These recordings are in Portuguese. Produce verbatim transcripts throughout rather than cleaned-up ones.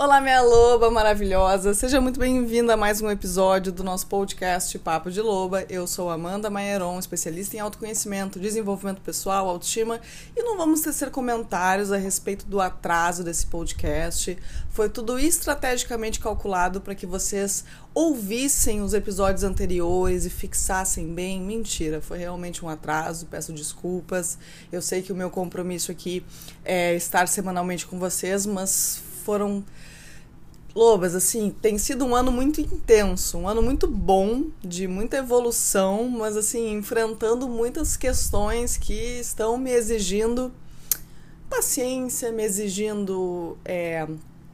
Olá, minha loba maravilhosa, seja muito bem-vinda a mais um episódio do nosso podcast Papo de Loba. Eu sou Amanda Maieron, especialista em autoconhecimento, desenvolvimento pessoal, autoestima, e não vamos tecer comentários a respeito do atraso desse podcast. Foi tudo estrategicamente calculado para que vocês ouvissem os episódios anteriores e fixassem bem. Mentira, foi realmente um atraso, peço desculpas. Eu sei que o meu compromisso aqui é estar semanalmente com vocês, mas foram... Lobas, assim, tem sido um ano muito intenso, um ano muito bom, de muita evolução, mas assim, enfrentando muitas questões que estão me exigindo paciência, me exigindo é,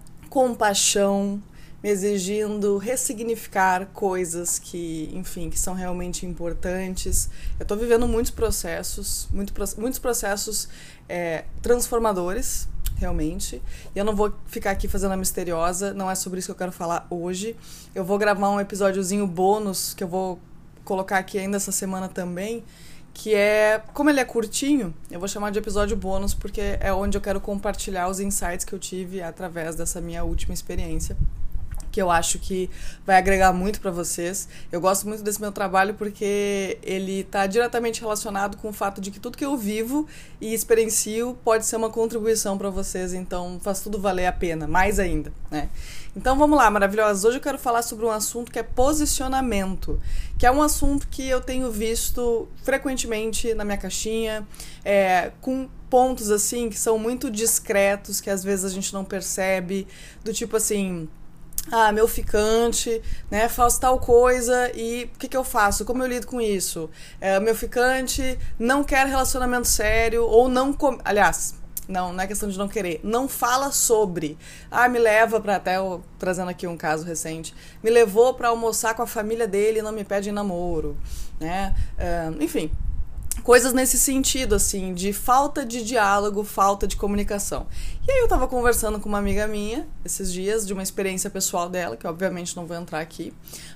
compaixão, me exigindo ressignificar coisas que, enfim, que são realmente importantes. Eu tô vivendo muitos processos, muito, muitos processos é, transformadores, realmente, e eu não vou ficar aqui fazendo a misteriosa, não é sobre isso que eu quero falar hoje. Eu vou gravar um episódiozinho bônus, que eu vou colocar aqui ainda essa semana também, que é, como ele é curtinho, eu vou chamar de episódio bônus, porque é onde eu quero compartilhar os insights que eu tive através dessa minha última experiência, que eu acho que vai agregar muito para vocês. Eu gosto muito desse meu trabalho porque ele está diretamente relacionado com o fato de que tudo que eu vivo e experiencio pode ser uma contribuição para vocês, então faz tudo valer a pena, mais ainda, né? Então vamos lá, maravilhosas. Hoje eu quero falar sobre um assunto que é posicionamento, que é um assunto que eu tenho visto frequentemente na minha caixinha, é, com pontos assim que são muito discretos, que às vezes a gente não percebe, do tipo assim... Ah, meu ficante, né, faz tal coisa e o que, que eu faço? Como eu lido com isso? É, meu ficante não quer relacionamento sério ou não... Com... Aliás, não, não é questão de não querer. Não fala sobre. Ah, me leva para... Até eu, trazendo aqui um caso recente. Me levou para almoçar com a família dele e não me pede namoro, né? É, enfim... Coisas nesse sentido, assim, de falta de diálogo, falta de comunicação. E aí eu tava conversando com uma amiga minha, esses dias, de uma experiência pessoal dela, que obviamente não vou entrar aqui,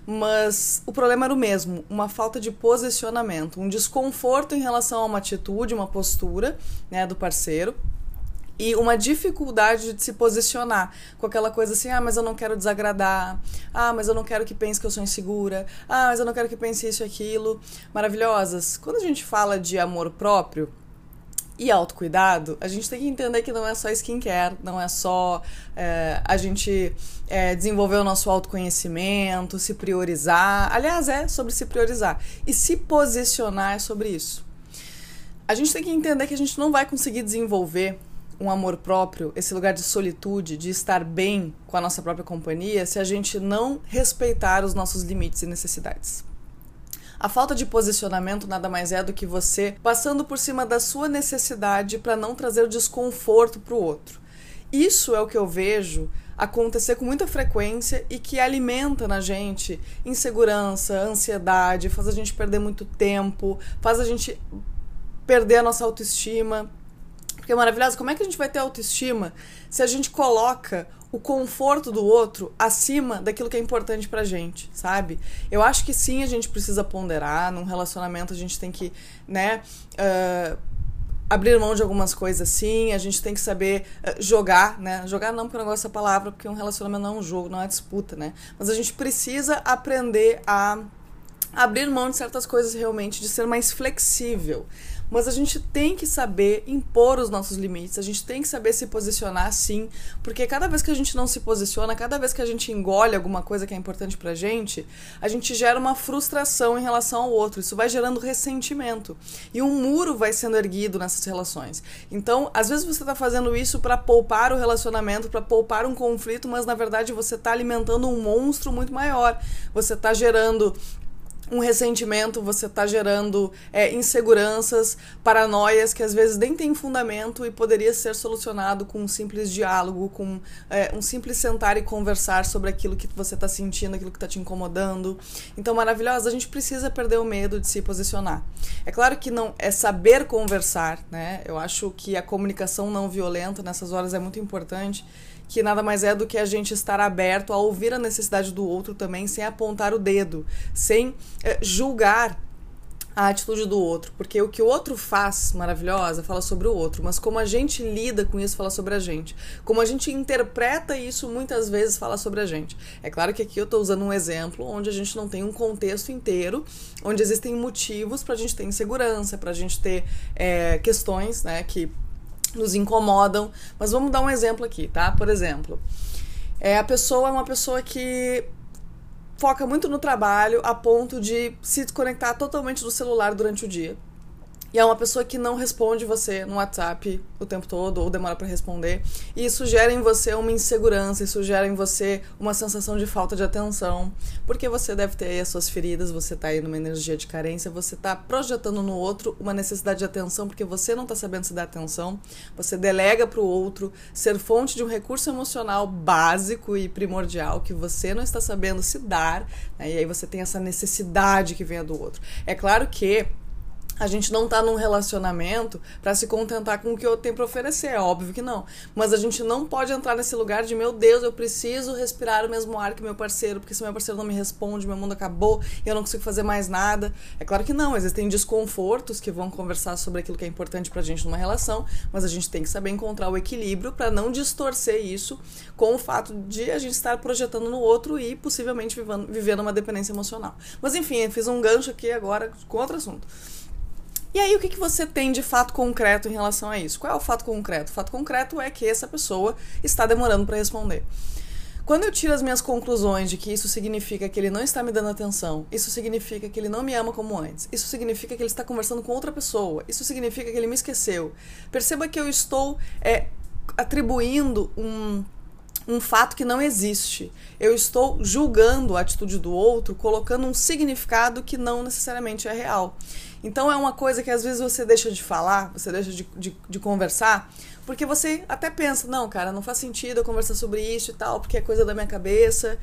mas o problema era o mesmo, uma falta de posicionamento, um desconforto em relação a uma atitude, uma postura, né, do parceiro, e uma dificuldade de se posicionar com aquela coisa assim, ah, mas eu não quero desagradar, ah, mas eu não quero que pense que eu sou insegura, ah, mas eu não quero que pense isso e aquilo. Maravilhosas. Quando a gente fala de amor próprio e autocuidado, a gente tem que entender que não é só skincare, não é só é, a gente é, desenvolver o nosso autoconhecimento, se priorizar. Aliás, é sobre se priorizar. E se posicionar é sobre isso. A gente tem que entender que a gente não vai conseguir desenvolver um amor próprio, esse lugar de solitude, de estar bem com a nossa própria companhia, se a gente não respeitar os nossos limites e necessidades. A falta de posicionamento nada mais é do que você passando por cima da sua necessidade para não trazer desconforto para o outro. Isso é o que eu vejo acontecer com muita frequência e que alimenta na gente insegurança, ansiedade, faz a gente perder muito tempo, faz a gente perder a nossa autoestima. Porque é maravilhoso, como é que a gente vai ter autoestima se a gente coloca o conforto do outro acima daquilo que é importante pra gente, sabe? Eu acho que sim, a gente precisa ponderar, num relacionamento a gente tem que, né, uh, abrir mão de algumas coisas sim, a gente tem que saber uh, jogar, né? Jogar não porque eu não gosto dessa palavra, porque um relacionamento não é um jogo, não é uma disputa, né? Mas a gente precisa aprender a abrir mão de certas coisas realmente, de ser mais flexível. Mas a gente tem que saber impor os nossos limites, a gente tem que saber se posicionar sim, porque cada vez que a gente não se posiciona, cada vez que a gente engole alguma coisa que é importante pra gente, a gente gera uma frustração em relação ao outro, isso vai gerando ressentimento, e um muro vai sendo erguido nessas relações. Então, às vezes você tá fazendo isso pra poupar o relacionamento, pra poupar um conflito, mas na verdade você tá alimentando um monstro muito maior, você tá gerando um ressentimento, você está gerando é, inseguranças, paranoias que às vezes nem tem fundamento e poderia ser solucionado com um simples diálogo, com é, um simples sentar e conversar sobre aquilo que você está sentindo, aquilo que está te incomodando. Então, maravilhosa, a gente precisa perder o medo de se posicionar. É claro que não é saber conversar, né? Eu acho que a comunicação não violenta nessas horas é muito importante, que nada mais é do que a gente estar aberto a ouvir a necessidade do outro também, sem apontar o dedo, sem é, julgar a atitude do outro, porque o que o outro faz, maravilhosa, fala sobre o outro, mas como a gente lida com isso, fala sobre a gente. Como a gente interpreta isso, muitas vezes fala sobre a gente. É claro que aqui eu estou usando um exemplo onde a gente não tem um contexto inteiro, onde existem motivos pra gente ter insegurança, pra gente ter é, questões, né, que nos incomodam, mas vamos dar um exemplo aqui, tá? Por exemplo, é, a pessoa é uma pessoa que foca muito no trabalho a ponto de se desconectar totalmente do celular durante o dia. E é uma pessoa que não responde você no WhatsApp o tempo todo, ou demora para responder. E isso gera em você uma insegurança, isso gera em você uma sensação de falta de atenção. Porque você deve ter aí as suas feridas, você tá aí numa energia de carência, você tá projetando no outro uma necessidade de atenção, porque você não tá sabendo se dar atenção. Você delega pro outro ser fonte de um recurso emocional básico e primordial que você não está sabendo se dar, né? E aí você tem essa necessidade que vem do outro. É claro que a gente não tá num relacionamento pra se contentar com o que o outro tem pra oferecer, é óbvio que não. Mas a gente não pode entrar nesse lugar de, meu Deus, eu preciso respirar o mesmo ar que meu parceiro, porque se meu parceiro não me responde, meu mundo acabou e eu não consigo fazer mais nada. É claro que não, existem desconfortos que vão conversar sobre aquilo que é importante pra gente numa relação, mas a gente tem que saber encontrar o equilíbrio pra não distorcer isso com o fato de a gente estar projetando no outro e possivelmente vivendo, vivendo uma dependência emocional. Mas enfim, eu fiz um gancho aqui agora com outro assunto. E aí, o que, que você tem de fato concreto em relação a isso? Qual é o fato concreto? O fato concreto é que essa pessoa está demorando para responder. Quando eu tiro as minhas conclusões de que isso significa que ele não está me dando atenção, isso significa que ele não me ama como antes, isso significa que ele está conversando com outra pessoa, isso significa que ele me esqueceu. Perceba que eu estou é, atribuindo um... um fato que não existe. Eu estou julgando a atitude do outro, colocando um significado que não necessariamente é real. Então é uma coisa que às vezes você deixa de falar, você deixa de, de, de conversar, porque você até pensa, não, cara, não faz sentido eu conversar sobre isso e tal, porque é coisa da minha cabeça.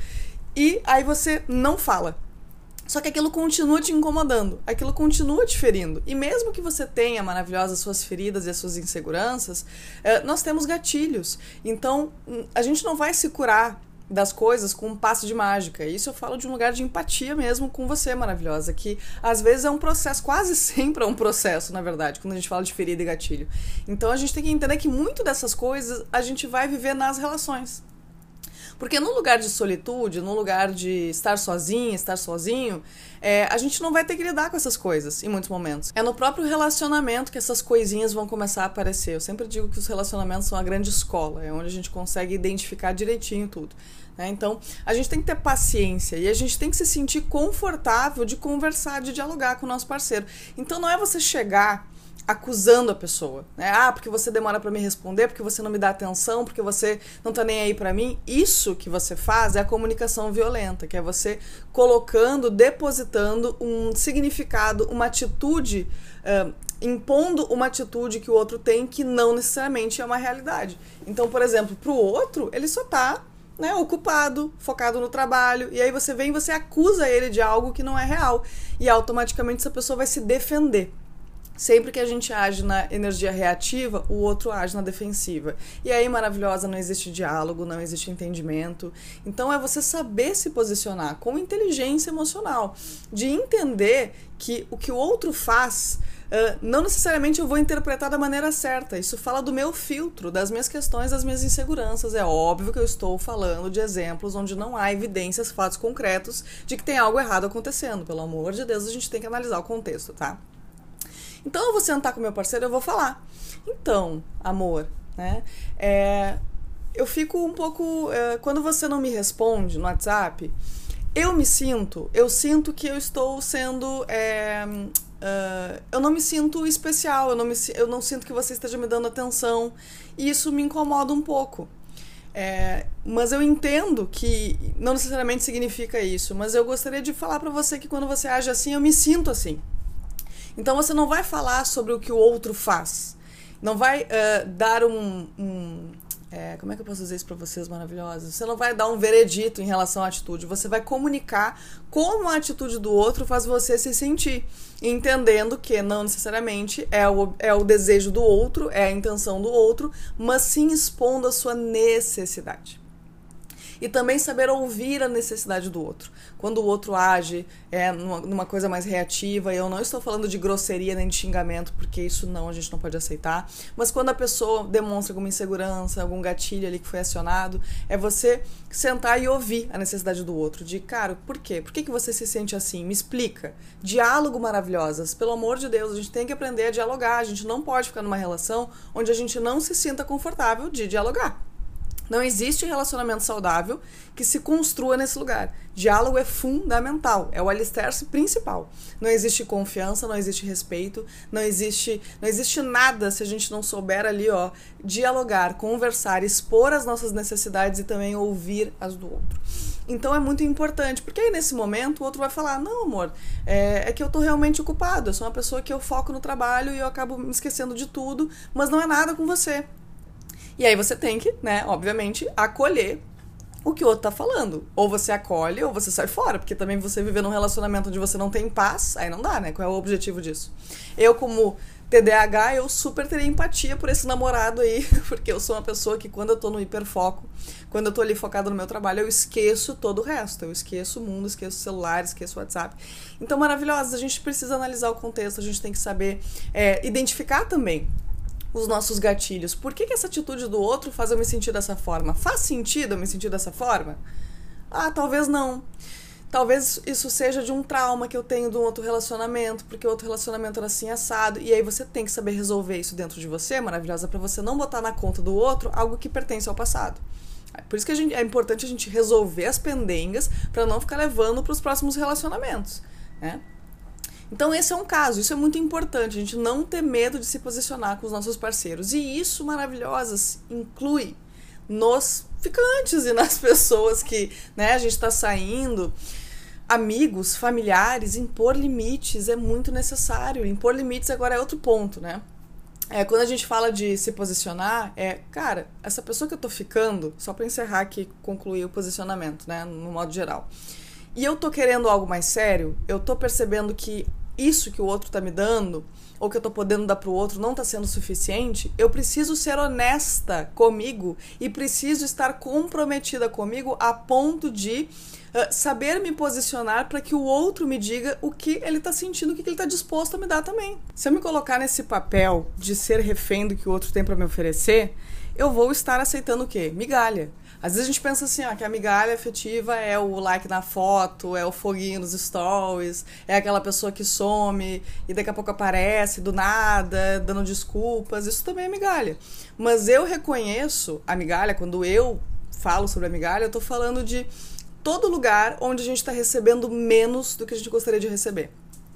E aí você não fala. Só que aquilo continua te incomodando, aquilo continua te ferindo. E mesmo que você tenha, maravilhosa, as suas feridas e as suas inseguranças, nós temos gatilhos. Então, a gente não vai se curar das coisas com um passe de mágica. Isso eu falo de um lugar de empatia mesmo com você, maravilhosa, que às vezes é um processo, quase sempre é um processo, na verdade, quando a gente fala de ferida e gatilho. Então a gente tem que entender que muito dessas coisas a gente vai viver nas relações. Porque no lugar de solitude, no lugar de estar sozinha, estar sozinho, é, a gente não vai ter que lidar com essas coisas em muitos momentos. É no próprio relacionamento que essas coisinhas vão começar a aparecer. Eu sempre digo que os relacionamentos são a grande escola, é onde a gente consegue identificar direitinho tudo. Né? Então, a gente tem que ter paciência e a gente tem que se sentir confortável de conversar, de dialogar com o nosso parceiro. Então, não é você chegar acusando a pessoa, né? Ah, porque você demora pra me responder, porque você não me dá atenção, porque você não tá nem aí pra mim. Isso que você faz é a comunicação violenta, que é você colocando, depositando um significado, uma atitude, uh, impondo uma atitude que o outro tem que não necessariamente é uma realidade. Então, por exemplo, pro outro, ele só tá, né, ocupado, focado no trabalho, e aí você vem e você acusa ele de algo que não é real, e automaticamente essa pessoa vai se defender. Sempre que a gente age na energia reativa, o outro age na defensiva. E aí, maravilhosa, não existe diálogo, não existe entendimento. Então é você saber se posicionar com inteligência emocional, de entender que o que o outro faz, uh, não necessariamente eu vou interpretar da maneira certa. Isso fala do meu filtro, das minhas questões, das minhas inseguranças. É óbvio que eu estou falando de exemplos onde não há evidências, fatos concretos de que tem algo errado acontecendo. Pelo amor de Deus, a gente tem que analisar o contexto, tá? Então eu vou sentar com meu parceiro e eu vou falar. Então, amor, né? É, eu fico um pouco... É, quando você não me responde no WhatsApp, eu me sinto... Eu sinto que eu estou sendo... É, uh, eu não me sinto especial, eu não, me, eu não sinto que você esteja me dando atenção. E isso me incomoda um pouco. É, mas eu entendo que não necessariamente significa isso. Mas eu gostaria de falar pra você que quando você age assim, eu me sinto assim. Então você não vai falar sobre o que o outro faz. Não vai uh, dar um... um é, como é que eu posso dizer isso pra vocês, maravilhosos? Você não vai dar um veredito em relação à atitude. Você vai comunicar como a atitude do outro faz você se sentir. Entendendo que não necessariamente é o, é o desejo do outro, é a intenção do outro, mas sim expondo a sua necessidade. E também saber ouvir a necessidade do outro. Quando o outro age é, numa, numa coisa mais reativa, e eu não estou falando de grosseria nem de xingamento, porque isso não, a gente não pode aceitar, mas quando a pessoa demonstra alguma insegurança, algum gatilho ali que foi acionado, é você sentar e ouvir a necessidade do outro, de, cara, por quê? Por que, que você se sente assim? Me explica. Diálogo maravilhosas. Pelo amor de Deus, a gente tem que aprender a dialogar, a gente não pode ficar numa relação onde a gente não se sinta confortável de dialogar. Não existe relacionamento saudável que se construa nesse lugar. Diálogo é fundamental, é o alicerce principal. Não existe confiança, não existe respeito, não existe, não existe nada se a gente não souber ali, ó, dialogar, conversar, expor as nossas necessidades e também ouvir as do outro. Então é muito importante, porque aí nesse momento o outro vai falar, não, amor, é, é que eu tô realmente ocupado, eu sou uma pessoa que eu foco no trabalho e eu acabo me esquecendo de tudo, mas não é nada com você. E aí você tem que, né, obviamente, acolher o que o outro tá falando. Ou você acolhe ou você sai fora, porque também você viver num relacionamento onde você não tem paz, aí não dá, né? Qual é o objetivo disso? Eu, como T D A H, eu super teria empatia por esse namorado aí, porque eu sou uma pessoa que quando eu tô no hiperfoco, quando eu tô ali focada no meu trabalho, eu esqueço todo o resto. Eu esqueço o mundo, esqueço o celular, esqueço o WhatsApp. Então, maravilhosa, a gente precisa analisar o contexto, a gente tem que saber é, identificar também os nossos gatilhos. Por que que essa atitude do outro faz eu me sentir dessa forma? Faz sentido eu me sentir dessa forma? Ah, talvez não. Talvez isso seja de um trauma que eu tenho de um outro relacionamento, porque o outro relacionamento era assim assado, e aí você tem que saber resolver isso dentro de você, maravilhosa, pra você não botar na conta do outro algo que pertence ao passado. Por isso que a gente, é importante a gente resolver as pendengas pra não ficar levando pros próximos relacionamentos, né? Então esse é um caso, isso é muito importante, a gente não ter medo de se posicionar com os nossos parceiros. E isso, maravilhosas, inclui nos ficantes e nas pessoas que, né, a gente está saindo, amigos, familiares, impor limites é muito necessário. Impor limites agora é outro ponto, né? É, quando a gente fala de se posicionar, é, cara, essa pessoa que eu tô ficando, só para encerrar aqui, concluir o posicionamento, né, no modo geral. E eu tô querendo algo mais sério, eu tô percebendo que isso que o outro tá me dando, ou que eu tô podendo dar pro outro, não tá sendo suficiente, eu preciso ser honesta comigo e preciso estar comprometida comigo a ponto de uh, saber me posicionar para que o outro me diga o que ele tá sentindo, o que ele tá disposto a me dar também. Se eu me colocar nesse papel de ser refém do que o outro tem para me oferecer, eu vou estar aceitando o quê? Migalha. Às vezes a gente pensa assim, ó, que a migalha afetiva é o like na foto, é o foguinho nos stories, é aquela pessoa que some e daqui a pouco aparece do nada, dando desculpas. Isso também é migalha. Mas eu reconheço a migalha, quando eu falo sobre a migalha, eu tô falando de todo lugar onde a gente tá recebendo menos do que a gente gostaria de receber.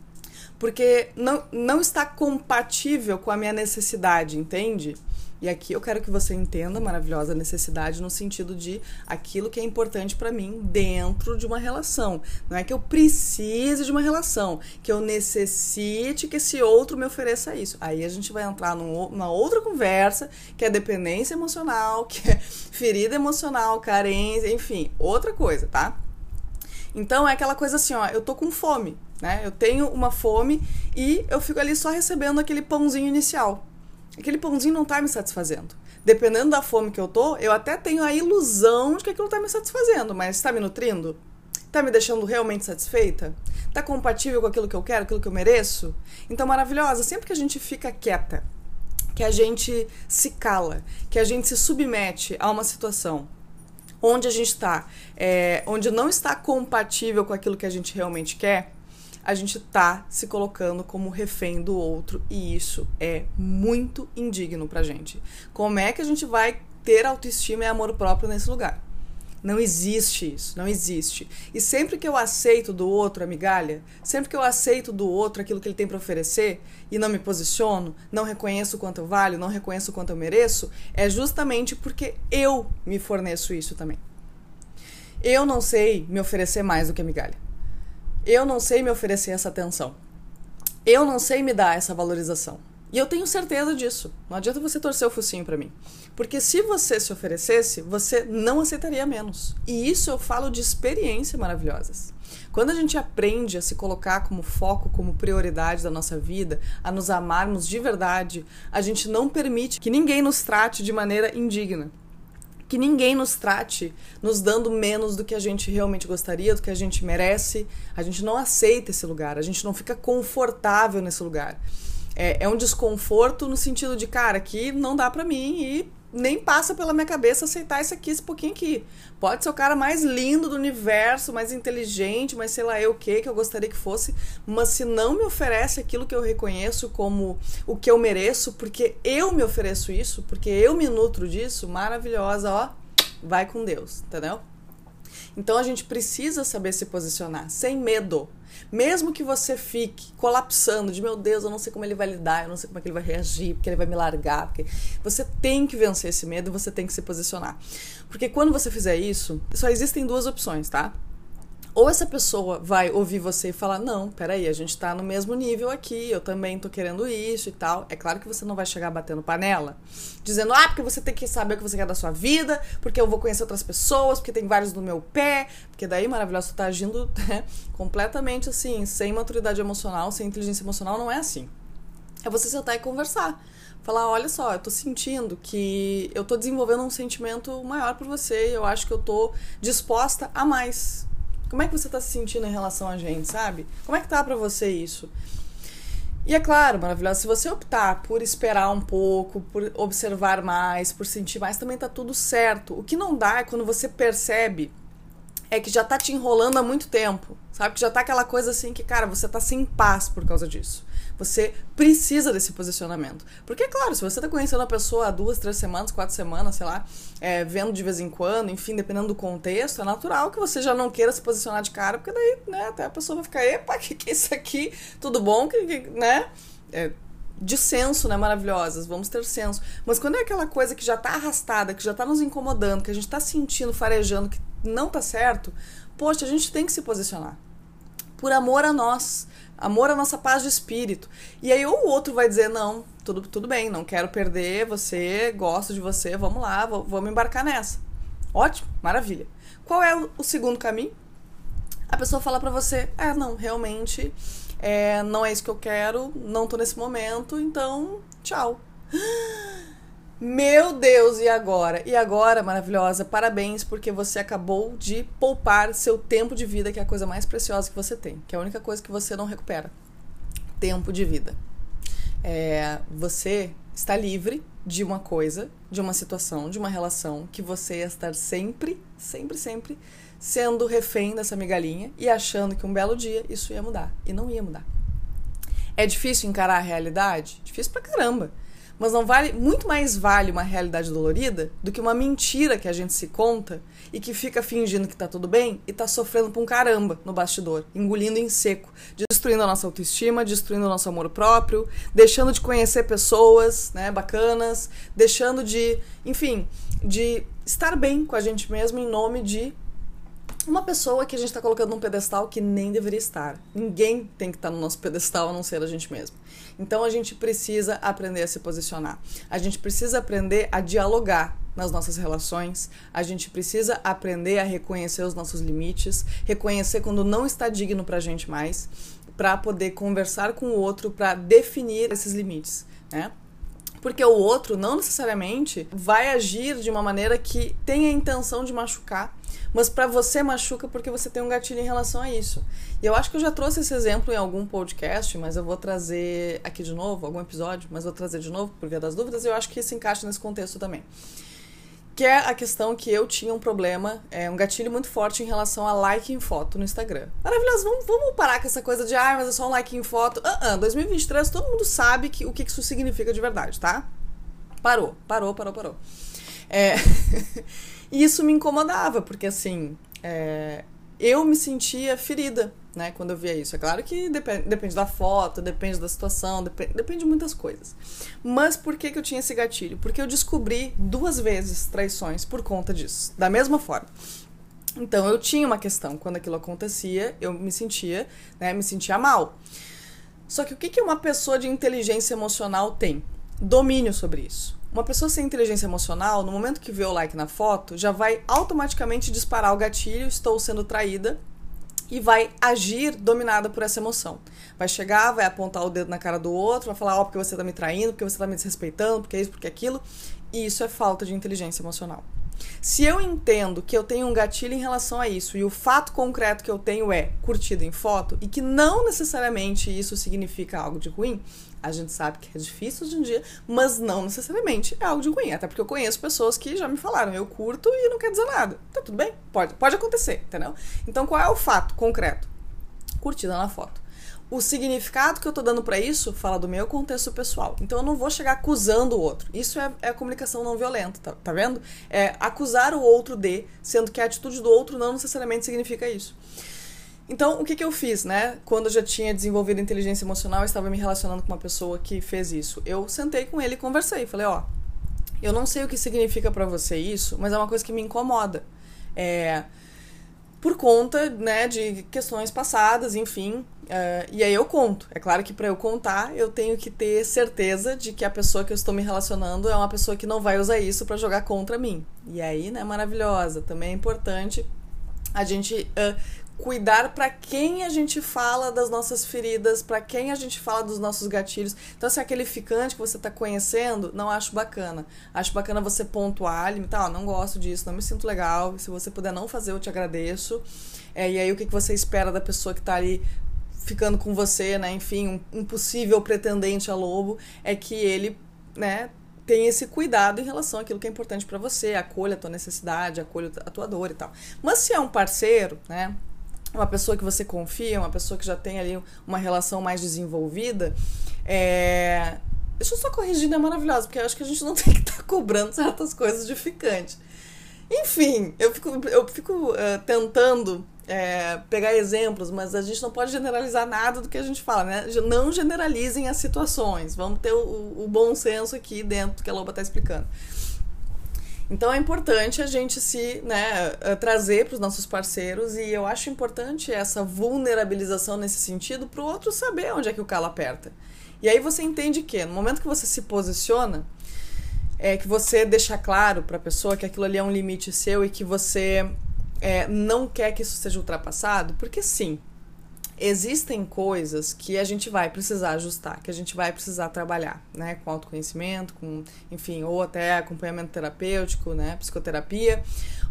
Porque não, não está compatível com a minha necessidade, entende? E aqui eu quero que você entenda, maravilhosa, necessidade no sentido de aquilo que é importante pra mim dentro de uma relação. Não é que eu precise de uma relação, que eu necessite que esse outro me ofereça isso. Aí a gente vai entrar num, numa outra conversa, que é dependência emocional, que é ferida emocional, carência, enfim, outra coisa, tá? Então é aquela coisa assim, ó, eu tô com fome, né? Eu tenho uma fome e eu fico ali só recebendo aquele pãozinho inicial. Aquele pãozinho não tá me satisfazendo. Dependendo da fome que eu tô, eu até tenho a ilusão de que aquilo tá me satisfazendo, mas tá me nutrindo? Tá me deixando realmente satisfeita? Tá compatível com aquilo que eu quero, aquilo que eu mereço? Então, maravilhosa, sempre que a gente fica quieta, que a gente se cala, que a gente se submete a uma situação onde a gente tá, é, onde não está compatível com aquilo que a gente realmente quer, a gente tá se colocando como refém do outro e isso é muito indigno pra gente. Como é que a gente vai ter autoestima e amor próprio nesse lugar? Não existe isso, não existe. E sempre que eu aceito do outro a migalha, sempre que eu aceito do outro aquilo que ele tem pra oferecer e não me posiciono, não reconheço o quanto eu valho, não reconheço o quanto eu mereço, é justamente porque eu me forneço isso também. Eu não sei me oferecer mais do que a migalha. Eu não sei me oferecer essa atenção. Eu não sei me dar essa valorização. E eu tenho certeza disso. Não adianta você torcer o focinho pra mim. Porque se você se oferecesse, você não aceitaria menos. E isso eu falo de experiência maravilhosas. Quando a gente aprende a se colocar como foco, como prioridade da nossa vida, a nos amarmos de verdade, a gente não permite que ninguém nos trate de maneira indigna. que ninguém nos trate nos dando menos do que a gente realmente gostaria, do que a gente merece. A gente não aceita esse lugar, a gente não fica confortável nesse lugar. É, é um desconforto no sentido de, cara, aqui não dá pra mim e nem passa pela minha cabeça aceitar isso aqui, esse pouquinho aqui. Pode ser o cara mais lindo do universo, mais inteligente, mas sei lá eu o que, que eu gostaria que fosse, mas se não me oferece aquilo que eu reconheço como o que eu mereço, porque eu me ofereço isso, porque eu me nutro disso, maravilhosa, ó, vai com Deus, entendeu? Então a gente precisa saber se posicionar, sem medo. Mesmo que você fique colapsando de, meu Deus, eu não sei como ele vai lidar, eu não sei como é que ele vai reagir, porque ele vai me largar, porque você tem que vencer esse medo e você tem que se posicionar. Porque quando você fizer isso, só existem duas opções, tá? Ou essa pessoa vai ouvir você e falar, não, peraí, a gente tá no mesmo nível aqui, eu também tô querendo isso e tal. É claro que você não vai chegar batendo panela, dizendo, ah, porque você tem que saber o que você quer da sua vida, porque eu vou conhecer outras pessoas, porque tem vários no meu pé, porque daí, maravilhoso, você tá agindo né, completamente assim, sem maturidade emocional, sem inteligência emocional, não é assim. É você sentar e conversar. Falar, olha só, eu tô sentindo que eu tô desenvolvendo um sentimento maior por você, eu acho que eu tô disposta a mais. Como é que você tá se sentindo em relação a gente, sabe? Como é que tá pra você isso? E é claro, maravilhoso, se você optar por esperar um pouco, por observar mais, por sentir mais, também tá tudo certo. O que não dá é quando você percebe é que já tá te enrolando há muito tempo, sabe? Que já tá aquela coisa assim que, cara, você tá sem paz por causa disso. Você precisa desse posicionamento. Porque, claro, se você tá conhecendo a pessoa há duas, três semanas, quatro semanas, sei lá, é, vendo de vez em quando, enfim, dependendo do contexto, é natural que você já não queira se posicionar de cara, porque daí, né, até a pessoa vai ficar, epa, que que é isso aqui? Tudo bom? Que, que, né? É, de senso, né, maravilhosas, vamos ter senso. Mas quando é aquela coisa que já tá arrastada, que já tá nos incomodando, que a gente tá sentindo, farejando, que não tá certo, poxa, a gente tem que se posicionar. Por amor a nós, amor à nossa paz de espírito. E aí ou o outro vai dizer, não, tudo, tudo bem, não quero perder você, gosto de você, vamos lá, vamos embarcar nessa. Ótimo, maravilha. Qual é o, o segundo caminho? A pessoa fala pra você, é, não, realmente, é, não é isso que eu quero, não tô nesse momento, então, tchau. Meu Deus, e agora? E agora, maravilhosa, parabéns, porque você acabou de poupar seu tempo de vida, que é a coisa mais preciosa que você tem, que é a única coisa que você não recupera. Tempo de vida. É, você está livre de uma coisa, de uma situação, de uma relação, que você ia estar sempre, sempre, sempre sendo refém dessa migalhinha e achando que um belo dia isso ia mudar. E não ia mudar. É difícil encarar a realidade? Difícil pra caramba. Mas não vale, muito mais vale uma realidade dolorida do que uma mentira que a gente se conta e que fica fingindo que tá tudo bem e tá sofrendo pra um caramba no bastidor, engolindo em seco, destruindo a nossa autoestima, destruindo o nosso amor próprio, deixando de conhecer pessoas, né, bacanas, deixando de, enfim, de estar bem com a gente mesmo em nome de uma pessoa que a gente tá colocando num pedestal que nem deveria estar. Ninguém tem que estar no nosso pedestal a não ser a gente mesmo. Então a gente precisa aprender a se posicionar. A gente precisa aprender a dialogar nas nossas relações. A gente precisa aprender a reconhecer os nossos limites, reconhecer quando não está digno pra gente mais, para poder conversar com o outro, para definir esses limites, né? Porque o outro não necessariamente vai agir de uma maneira que tenha a intenção de machucar, mas pra você machuca porque você tem um gatilho em relação a isso. E eu acho que eu já trouxe esse exemplo em algum podcast, mas eu vou trazer aqui de novo, algum episódio, mas vou trazer de novo por via das dúvidas, e eu acho que se encaixa nesse contexto também. Que é a questão que eu tinha um problema, é, um gatilho muito forte em relação a like em foto no Instagram. Maravilhoso, vamos, vamos parar com essa coisa de, ah, mas é só um like em foto. Uh-uh, dois mil e vinte e três, todo mundo sabe que, o que isso significa de verdade, tá? Parou, parou, parou, parou. É... E isso me incomodava, porque assim, é... eu me sentia ferida, né, quando eu via isso. É claro que depende, depende da foto, depende da situação, depende, depende de muitas coisas. Mas por que que eu tinha esse gatilho? Porque eu descobri duas vezes traições por conta disso, da mesma forma. Então eu tinha uma questão, quando aquilo acontecia, eu me sentia, né, me sentia mal. Só que o que que uma pessoa de inteligência emocional tem? Domínio sobre isso. Uma pessoa sem inteligência emocional, no momento que vê o like na foto, já vai automaticamente disparar o gatilho, estou sendo traída, e vai agir dominada por essa emoção. Vai chegar, vai apontar o dedo na cara do outro, vai falar, ó, oh, porque você tá me traindo, porque você tá me desrespeitando, porque isso, porque aquilo. E isso é falta de inteligência emocional. Se eu entendo que eu tenho um gatilho em relação a isso e o fato concreto que eu tenho é curtida em foto e que não necessariamente isso significa algo de ruim, a gente sabe que é difícil hoje em dia, mas não necessariamente é algo de ruim, até porque eu conheço pessoas que já me falaram, eu curto e não quer dizer nada. Tá tudo bem? Pode, pode acontecer, entendeu? Então qual é o fato concreto? Curtida na foto. O significado que eu tô dando pra isso fala do meu contexto pessoal. Então eu não vou chegar acusando o outro. Isso é, é a comunicação não violenta, tá, tá vendo? É acusar o outro de, sendo que a atitude do outro não necessariamente significa isso. Então, o que que eu fiz, né? Quando eu já tinha desenvolvido inteligência emocional, eu estava me relacionando com uma pessoa que fez isso. Eu sentei com ele e conversei. Falei, ó, eu não sei o que significa pra você isso, mas é uma coisa que me incomoda. É... Por conta, né, de questões passadas, enfim, uh, e aí eu conto. É claro que para eu contar, eu tenho que ter certeza de que a pessoa que eu estou me relacionando é uma pessoa que não vai usar isso para jogar contra mim. E aí, né, maravilhosa. Também é importante a gente uh, cuidar para quem a gente fala das nossas feridas, para quem a gente fala dos nossos gatilhos. Então, se é aquele ficante que você tá conhecendo, não acho bacana. Acho bacana você pontuar, limitar, ó, não gosto disso, não me sinto legal, se você puder não fazer, eu te agradeço. É, e aí, o que, que você espera da pessoa que tá ali ficando com você, né? Enfim, um, um possível pretendente a lobo, é que ele, né, tem esse cuidado em relação àquilo que é importante para você, acolha a tua necessidade, acolha a tua dor e tal. Mas se é um parceiro, né, uma pessoa que você confia, uma pessoa que já tem ali uma relação mais desenvolvida, é... deixa eu só corrigir, né, maravilhosa, porque eu acho que a gente não tem que estar tá cobrando certas coisas de ficante. Enfim, eu fico, eu fico uh, tentando é, pegar exemplos, mas a gente não pode generalizar nada do que a gente fala, né? Não generalizem as situações. Vamos ter o, o bom senso aqui dentro do que a Loba está explicando. Então é importante a gente se, né, trazer para os nossos parceiros, e eu acho importante essa vulnerabilização nesse sentido para o outro saber onde é que o calo aperta. E aí você entende que no momento que você se posiciona, é que você deixa claro para a pessoa que aquilo ali é um limite seu e que você é, não quer que isso seja ultrapassado, porque sim, existem coisas que a gente vai precisar ajustar, que a gente vai precisar trabalhar, né, com autoconhecimento, com, enfim, ou até acompanhamento terapêutico, né, psicoterapia,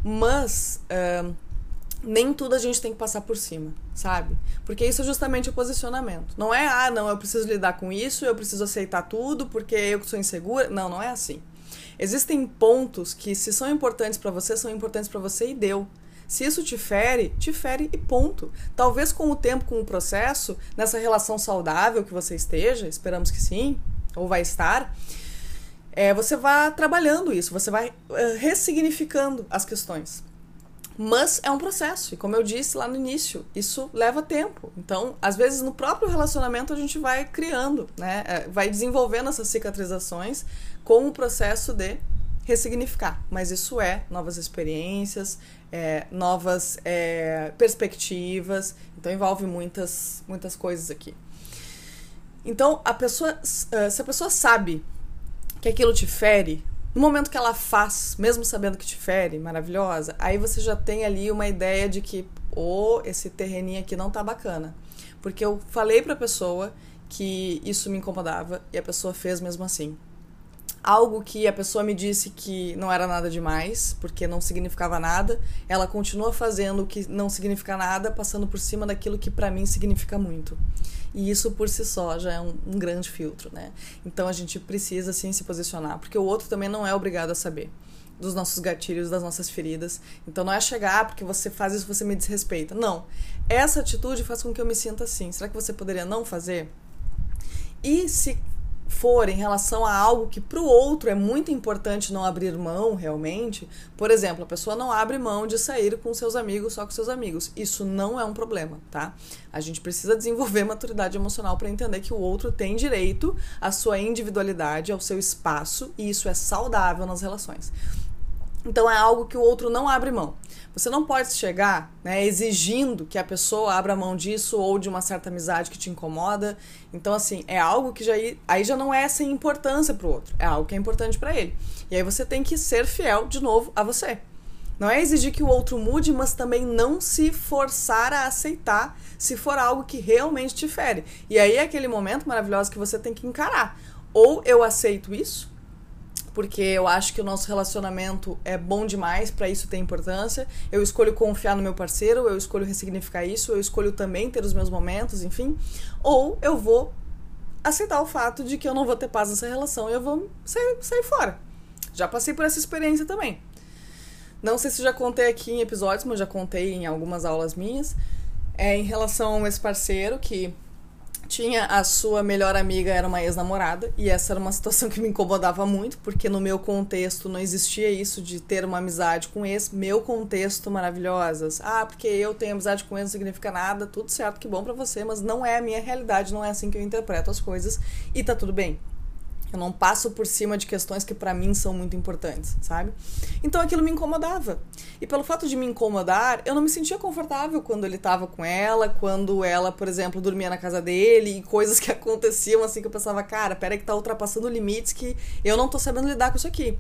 mas uh, nem tudo a gente tem que passar por cima, sabe? Porque isso é justamente o posicionamento. Não é, ah, não, eu preciso lidar com isso, eu preciso aceitar tudo porque eu sou insegura. Não, não é assim. Existem pontos que, se são importantes pra você, são importantes pra você e deu. Se isso te fere, te fere e ponto. Talvez com o tempo, com o processo, nessa relação saudável que você esteja, esperamos que sim, ou vai estar, é, você vai trabalhando isso, você vai uh, ressignificando as questões. Mas é um processo, e como eu disse lá no início, isso leva tempo. Então, às vezes, no próprio relacionamento a gente vai criando, né? Vai desenvolvendo essas cicatrizações com o processo de ressignificar. Mas isso é novas experiências, é, novas é, perspectivas, então envolve muitas, muitas coisas aqui. Então, a pessoa, se a pessoa sabe que aquilo te fere, no momento que ela faz, mesmo sabendo que te fere, maravilhosa, aí você já tem ali uma ideia de que, oh, esse terreninho aqui não tá bacana. Porque eu falei pra pessoa que isso me incomodava e a pessoa fez mesmo assim. Algo que a pessoa me disse que não era nada demais, porque não significava nada, ela continua fazendo o que não significa nada, passando por cima daquilo que pra mim significa muito. E isso por si só já é um, um grande filtro, né? Então a gente precisa sim se posicionar, porque o outro também não é obrigado a saber dos nossos gatilhos, das nossas feridas. Então não é chegar, ah, porque você faz isso, você me desrespeita. Não. Essa atitude faz com que eu me sinta assim. Será que você poderia não fazer? E se for em relação a algo que para o outro é muito importante não abrir mão realmente, por exemplo, a pessoa não abre mão de sair com seus amigos só com seus amigos, isso não é um problema, tá? A gente precisa desenvolver maturidade emocional para entender que o outro tem direito à sua individualidade, ao seu espaço, e isso é saudável nas relações. Então é algo que o outro não abre mão. Você não pode chegar, né, exigindo que a pessoa abra mão disso ou de uma certa amizade que te incomoda. Então, assim, é algo que já aí já não é sem importância pro outro. É algo que é importante pra ele. E aí você tem que ser fiel, de novo, a você. Não é exigir que o outro mude, mas também não se forçar a aceitar se for algo que realmente te fere. E aí é aquele momento maravilhoso que você tem que encarar. Ou eu aceito isso, porque eu acho que o nosso relacionamento é bom demais para isso ter importância. Eu escolho confiar no meu parceiro, eu escolho ressignificar isso, eu escolho também ter os meus momentos, enfim. Ou eu vou aceitar o fato de que eu não vou ter paz nessa relação e eu vou sair, sair fora. Já passei por essa experiência também. Não sei se já contei aqui em episódios, mas já contei em algumas aulas minhas, é, em relação a esse parceiro que tinha a sua melhor amiga, era uma ex-namorada, e essa era uma situação que me incomodava muito, porque no meu contexto não existia isso de ter uma amizade com ex. Meu contexto, maravilhosas. Ah, porque eu tenho amizade com ex não significa nada, tudo certo, que bom pra você, mas não é a minha realidade, não é assim que eu interpreto as coisas, e tá tudo bem. Eu não passo por cima de questões que pra mim são muito importantes, sabe? Então aquilo me incomodava. E pelo fato de me incomodar, eu não me sentia confortável quando ele tava com ela, quando ela, por exemplo, dormia na casa dele, e coisas que aconteciam assim que eu pensava, cara, peraí que tá ultrapassando limites que eu não tô sabendo lidar com isso aqui.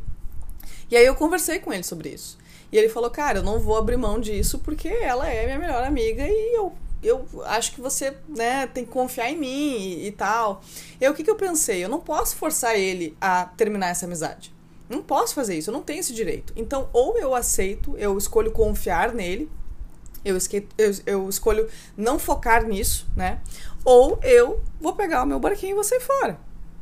E aí eu conversei com ele sobre isso. E ele falou, cara, eu não vou abrir mão disso porque ela é minha melhor amiga e eu... eu acho que você, né, tem que confiar em mim e, e tal. E aí, o que, que eu pensei? Eu não posso forçar ele a terminar essa amizade. Não posso fazer isso, eu não tenho esse direito. Então, ou eu aceito, eu escolho confiar nele, eu, esque, eu, eu escolho não focar nisso, né? Ou eu vou pegar o meu barquinho e vou sair fora.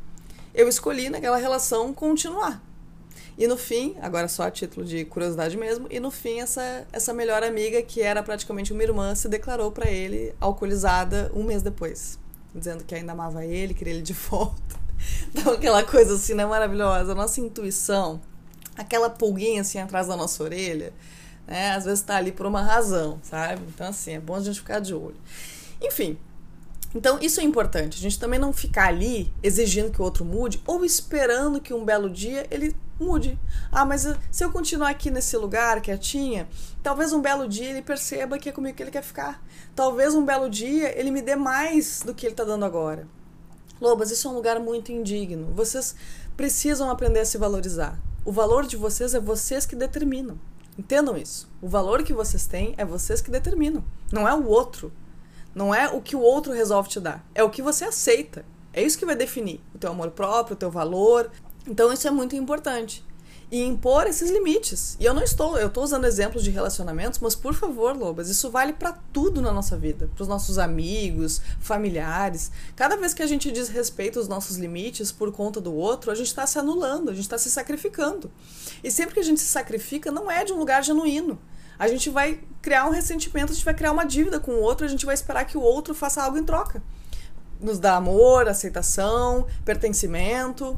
Eu escolhi naquela relação continuar. E no fim, agora só a título de curiosidade mesmo, e no fim essa, essa melhor amiga, que era praticamente uma irmã, se declarou pra ele alcoolizada um mês depois, dizendo que ainda amava ele, queria ele de volta. Então aquela coisa assim, né, maravilhosa, a nossa intuição, aquela pulguinha assim atrás da nossa orelha, né, às vezes tá ali por uma razão, sabe? Então assim, é bom a gente ficar de olho. Enfim. Então isso é importante, a gente também não ficar ali exigindo que o outro mude ou esperando que um belo dia ele mude. Ah, mas se eu continuar aqui nesse lugar quietinha, talvez um belo dia ele perceba que é comigo que ele quer ficar. Talvez um belo dia ele me dê mais do que ele tá dando agora. Lobas, isso é um lugar muito indigno. Vocês precisam aprender a se valorizar. O valor de vocês é vocês que determinam. Entendam isso. O valor que vocês têm é vocês que determinam. Não é o outro. Não é o que o outro resolve te dar. É o que você aceita. É isso que vai definir o teu amor próprio, o teu valor. Então isso é muito importante. E impor esses limites. E eu não estou, eu estou usando exemplos de relacionamentos, mas por favor, Lobas, isso vale para tudo na nossa vida. Para os nossos amigos, familiares. Cada vez que a gente desrespeita os nossos limites por conta do outro, a gente está se anulando, a gente está se sacrificando. E sempre que a gente se sacrifica, não é de um lugar genuíno. A gente vai criar um ressentimento, a gente vai criar uma dívida com o outro, a gente vai esperar que o outro faça algo em troca. Nos dá amor, aceitação, pertencimento.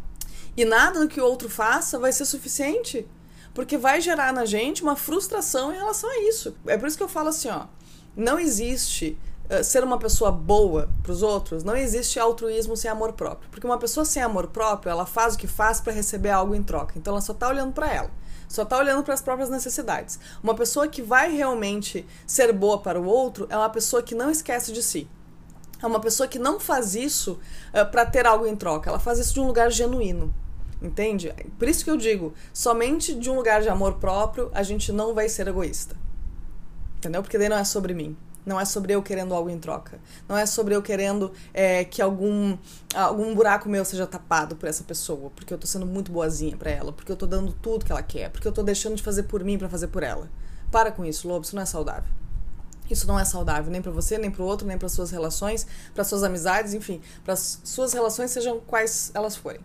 E nada do que o outro faça vai ser suficiente, porque vai gerar na gente uma frustração em relação a isso. É por isso que eu falo assim, ó, não existe uh, ser uma pessoa boa para os outros, não existe altruísmo sem amor próprio. Porque uma pessoa sem amor próprio, ela faz o que faz para receber algo em troca. Então ela só tá olhando para ela. Só tá olhando para as próprias necessidades. Uma pessoa que vai realmente ser boa para o outro é uma pessoa que não esquece de si. É uma pessoa que não faz isso uh, para ter algo em troca. Ela faz isso de um lugar genuíno. Entende? Por isso que eu digo, somente de um lugar de amor próprio a gente não vai ser egoísta. Entendeu? Porque daí não é sobre mim. Não é sobre eu querendo algo em troca. Não é sobre eu querendo é, que algum, algum buraco meu seja tapado por essa pessoa. Porque eu tô sendo muito boazinha pra ela. Porque eu tô dando tudo que ela quer. Porque eu tô deixando de fazer por mim pra fazer por ela. Para com isso, Lobo. Isso não é saudável. Isso não é saudável. Nem pra você, nem pro outro, nem pras suas relações, pras suas amizades, enfim. Pras suas relações, sejam quais elas forem.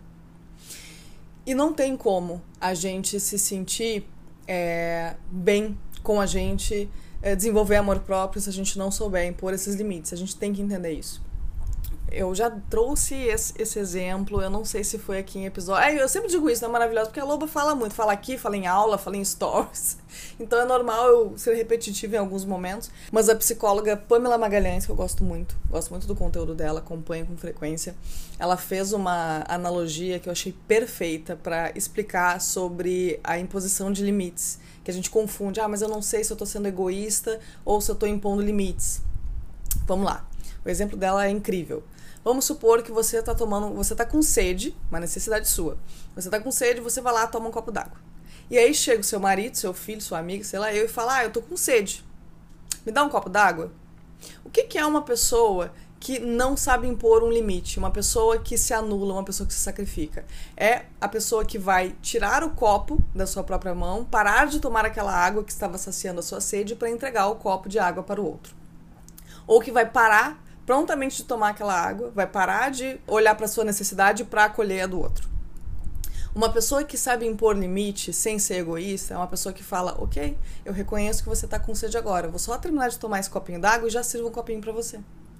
E não tem como a gente se sentir é, bem com a gente, é, desenvolver amor próprio se a gente não souber impor esses limites. A gente tem que entender isso. Eu já trouxe esse, esse exemplo, eu não sei se foi aqui em episódio... É, eu sempre digo isso, é maravilhoso, porque a Loba fala muito. Fala aqui, fala em aula, fala em stories. Então é normal eu ser repetitiva em alguns momentos. Mas a psicóloga Pamela Magalhães, que eu gosto muito, gosto muito do conteúdo dela, acompanho com frequência, ela fez uma analogia que eu achei perfeita para explicar sobre a imposição de limites. Que a gente confunde, ah, mas eu não sei se eu tô sendo egoísta ou se eu tô impondo limites. Vamos lá. O exemplo dela é incrível. Vamos supor que você tá tomando, você tá com sede, uma necessidade sua. Você tá com sede, você vai lá e toma um copo d'água. E aí chega o seu marido, seu filho, sua amiga, sei lá, eu e fala, ah, eu tô com sede. Me dá um copo d'água? O que que é uma pessoa que não sabe impor um limite, uma pessoa que se anula, uma pessoa que se sacrifica. É a pessoa que vai tirar o copo da sua própria mão, parar de tomar aquela água que estava saciando a sua sede para entregar o copo de água para o outro. Ou que vai parar prontamente de tomar aquela água, vai parar de olhar para a sua necessidade para acolher a do outro. Uma pessoa que sabe impor limite sem ser egoísta é uma pessoa que fala, ok, eu reconheço que você tá com sede agora, vou só terminar de tomar esse copinho d'água e já sirvo um copinho pra você.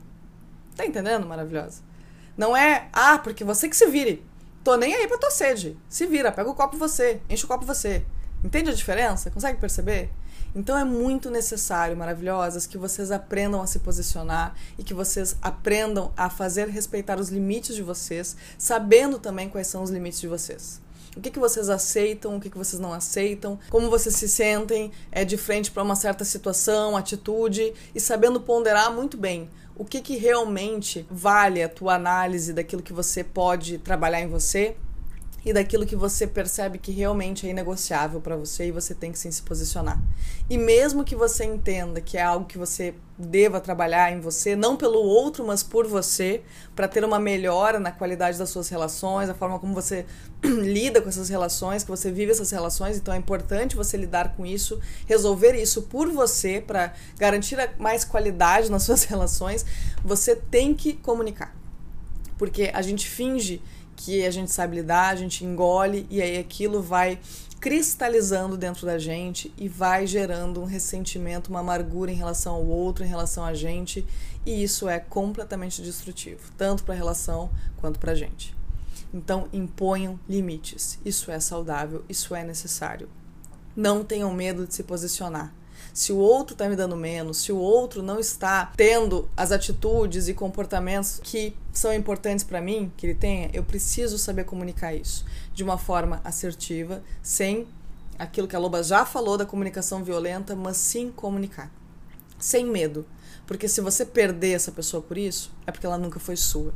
Tá entendendo, maravilhosa? Não é, ah, porque você que se vire. Tô nem aí pra tua sede. Se vira, pega o copo você, enche o copo você. Entende a diferença? Consegue perceber? Então é muito necessário, maravilhosas, que vocês aprendam a se posicionar e que vocês aprendam a fazer respeitar os limites de vocês, sabendo também quais são os limites de vocês. O que, que vocês aceitam, o que, que vocês não aceitam, como vocês se sentem é, de frente para uma certa situação, atitude, e sabendo ponderar muito bem o que, que realmente vale a tua análise daquilo que você pode trabalhar em você e daquilo que você percebe que realmente é inegociável para você e você tem que sim se posicionar. E mesmo que você entenda que é algo que você deva trabalhar em você, não pelo outro, mas por você, para ter uma melhora na qualidade das suas relações, a forma como você lida com essas relações, que você vive essas relações, então é importante você lidar com isso, resolver isso por você, para garantir mais qualidade nas suas relações, você tem que comunicar. Porque a gente finge que a gente sabe lidar, a gente engole e aí aquilo vai cristalizando dentro da gente e vai gerando um ressentimento, uma amargura em relação ao outro, em relação a gente, e isso é completamente destrutivo, tanto para a relação quanto para a gente. Então, imponham limites. Isso é saudável, isso é necessário. Não tenham medo de se posicionar. Se o outro está me dando menos, se o outro não está tendo as atitudes e comportamentos que são importantes para mim, que ele tenha, eu preciso saber comunicar isso de uma forma assertiva, sem aquilo que a Loba já falou da comunicação violenta, mas sim comunicar, sem medo. Porque se você perder essa pessoa por isso, é porque ela nunca foi sua.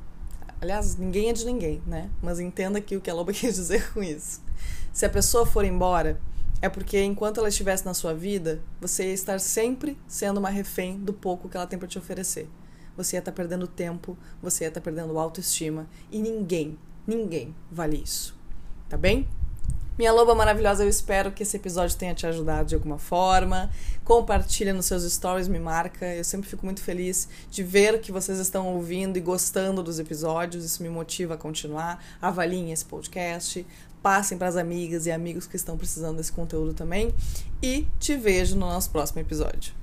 Aliás, ninguém é de ninguém, né? Mas entenda aqui o que a Loba quis dizer com isso. Se a pessoa for embora, é porque enquanto ela estivesse na sua vida, você ia estar sempre sendo uma refém do pouco que ela tem para te oferecer. Você ia estar perdendo tempo, você ia estar perdendo autoestima e ninguém, ninguém vale isso. Tá bem? Minha loba maravilhosa, eu espero que esse episódio tenha te ajudado de alguma forma. Compartilha nos seus stories, me marca. Eu sempre fico muito feliz de ver que vocês estão ouvindo e gostando dos episódios. Isso me motiva a continuar. Avaliem esse podcast. Passem para as amigas e amigos que estão precisando desse conteúdo também. E te vejo no nosso próximo episódio.